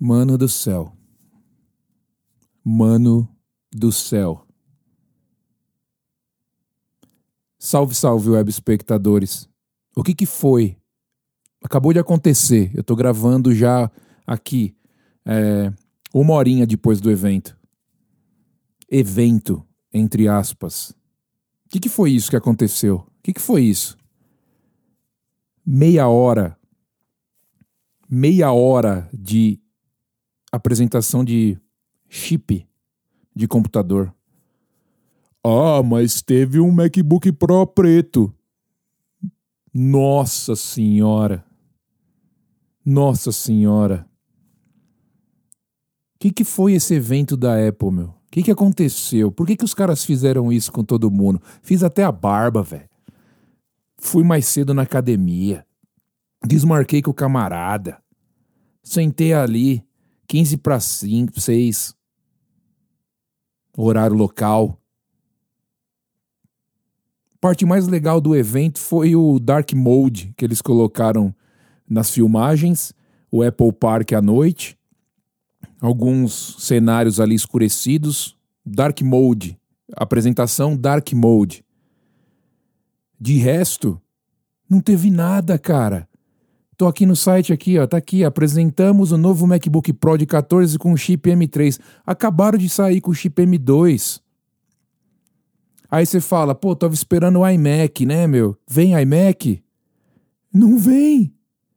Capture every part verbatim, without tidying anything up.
Mano do céu. Mano do céu. Salve, salve, web espectadores. O que que foi? Acabou de acontecer. Eu tô gravando já aqui, é, uma horinha depois do evento. Evento, entre aspas. O que que foi isso que aconteceu? O que que foi isso? Meia hora. Meia hora de apresentação de chip de computador. Ah, mas teve um MacBook Pro preto. Nossa senhora. Nossa senhora. O que que foi esse evento da Apple, meu? O que que aconteceu? Por que que os caras fizeram isso com todo mundo? Fiz até a barba, velho. Fui mais cedo na academia. Desmarquei com o camarada. Sentei ali, quinze para cinco, seis. Horário local. A parte mais legal do evento foi o Dark Mode que eles colocaram nas filmagens, o Apple Park à noite, alguns cenários ali escurecidos, Dark Mode, apresentação Dark Mode. De resto, não teve nada, cara. Tô aqui no site aqui, ó, tá aqui, apresentamos o novo MacBook Pro de quatorze com chip M três. Acabaram de sair com o chip M dois. Aí você fala, pô, tava esperando o iMac, né, meu? Vem iMac? Não vem.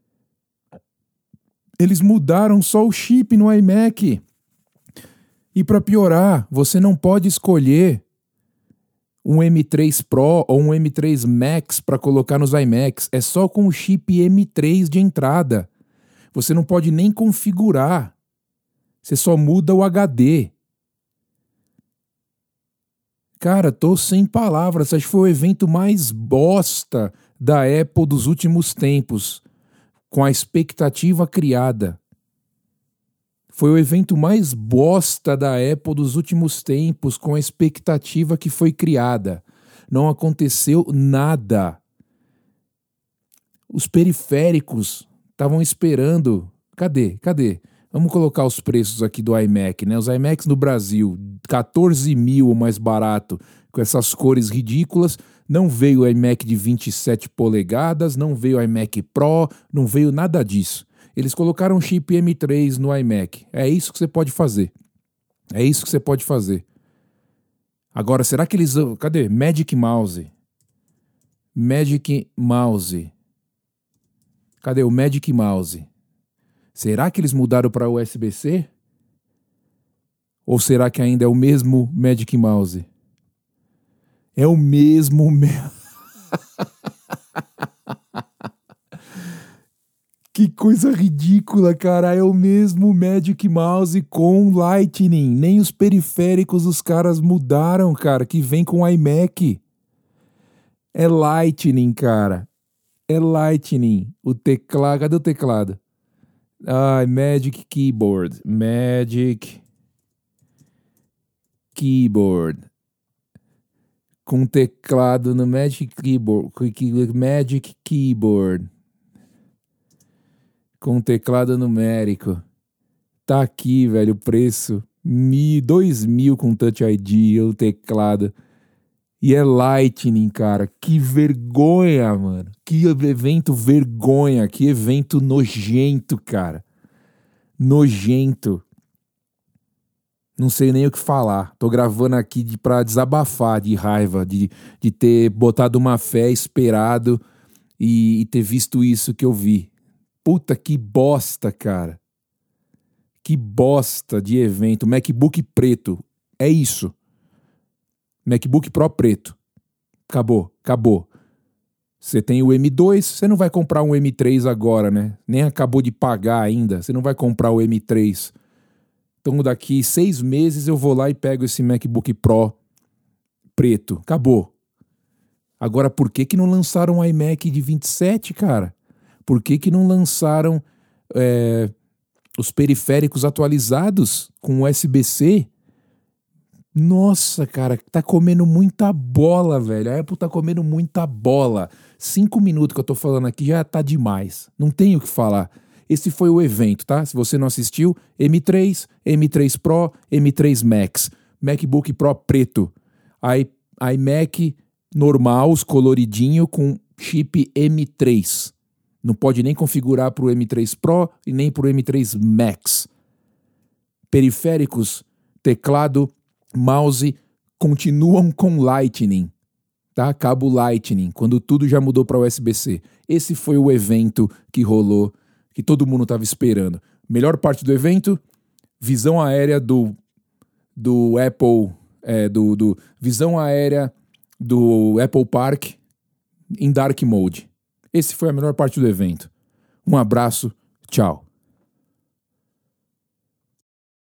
Eles mudaram só o chip no iMac. E pra piorar, você não pode escolher um M três Pro ou um M três Max para colocar nos iMacs. É só com o chip M três de entrada. Você não pode nem configurar. Você só muda o H D. Cara, tô sem palavras. Acho que foi o evento mais bosta da Apple dos últimos tempos. Com a expectativa criada. Foi o evento mais bosta da Apple dos últimos tempos, com a expectativa que foi criada. Não aconteceu nada. Os periféricos estavam esperando. Cadê? Cadê? Vamos colocar os preços aqui do iMac, né? Os iMacs no Brasil, quatorze mil o mais barato, com essas cores ridículas. Não veio o iMac de vinte e sete polegadas, não veio o iMac Pro, não veio nada disso. Eles colocaram um chip M três no iMac. É isso que você pode fazer. É isso que você pode fazer. Agora, será que eles... Cadê? Magic Mouse. Magic Mouse. Cadê o Magic Mouse? Será que eles mudaram para U S B-C? Ou será que ainda é o mesmo Magic Mouse? É o mesmo... Que coisa ridícula, cara. É o mesmo Magic Mouse com Lightning. Nem os periféricos os caras mudaram, cara, que vem com iMac. É Lightning, cara. É Lightning. O teclado... Cadê o teclado? Ah, Magic Keyboard. Magic Keyboard. Com teclado no Magic Keyboard. Magic Keyboard. Com teclado numérico. Tá aqui, velho, o preço. dois mil com Touch I D, o teclado. E é Lightning, cara. Que vergonha, mano. Que evento vergonha. Que evento nojento, cara. Nojento. Não sei nem o que falar. Tô gravando aqui de, pra desabafar de raiva. De, de ter botado uma fé, esperado e, e ter visto isso que eu vi. Puta, que bosta, cara. Que bosta de evento. MacBook preto. É isso. MacBook Pro preto. Acabou, acabou. Você tem o M dois, você não vai comprar um M três agora, né? Nem acabou de pagar ainda. Você não vai comprar o M três. Então daqui seis meses eu vou lá e pego esse MacBook Pro preto. Acabou. Agora, por que que não lançaram um iMac de vinte e sete, cara? Por que que não lançaram é, os periféricos atualizados com U S B-C? Nossa, cara, tá comendo muita bola, velho. A Apple tá comendo muita bola. Cinco minutos que eu tô falando aqui já tá demais. Não tenho o que falar. esse foi o evento, tá? Se você não assistiu, M três, M três Pro, M três Max, MacBook Pro preto, I, iMac normal, os coloridinho com chip M três. Não pode nem configurar para o M três Pro e nem para o M três Max. Periféricos, teclado, mouse, continuam com Lightning, tá? Cabo Lightning, quando tudo já mudou para U S B C. Esse foi o evento que rolou, que todo mundo estava esperando. Melhor parte do evento, visão aérea do, do Apple, é, do, do visão aérea do Apple Park em Dark Mode. Esse foi a melhor parte do evento. Um abraço, tchau.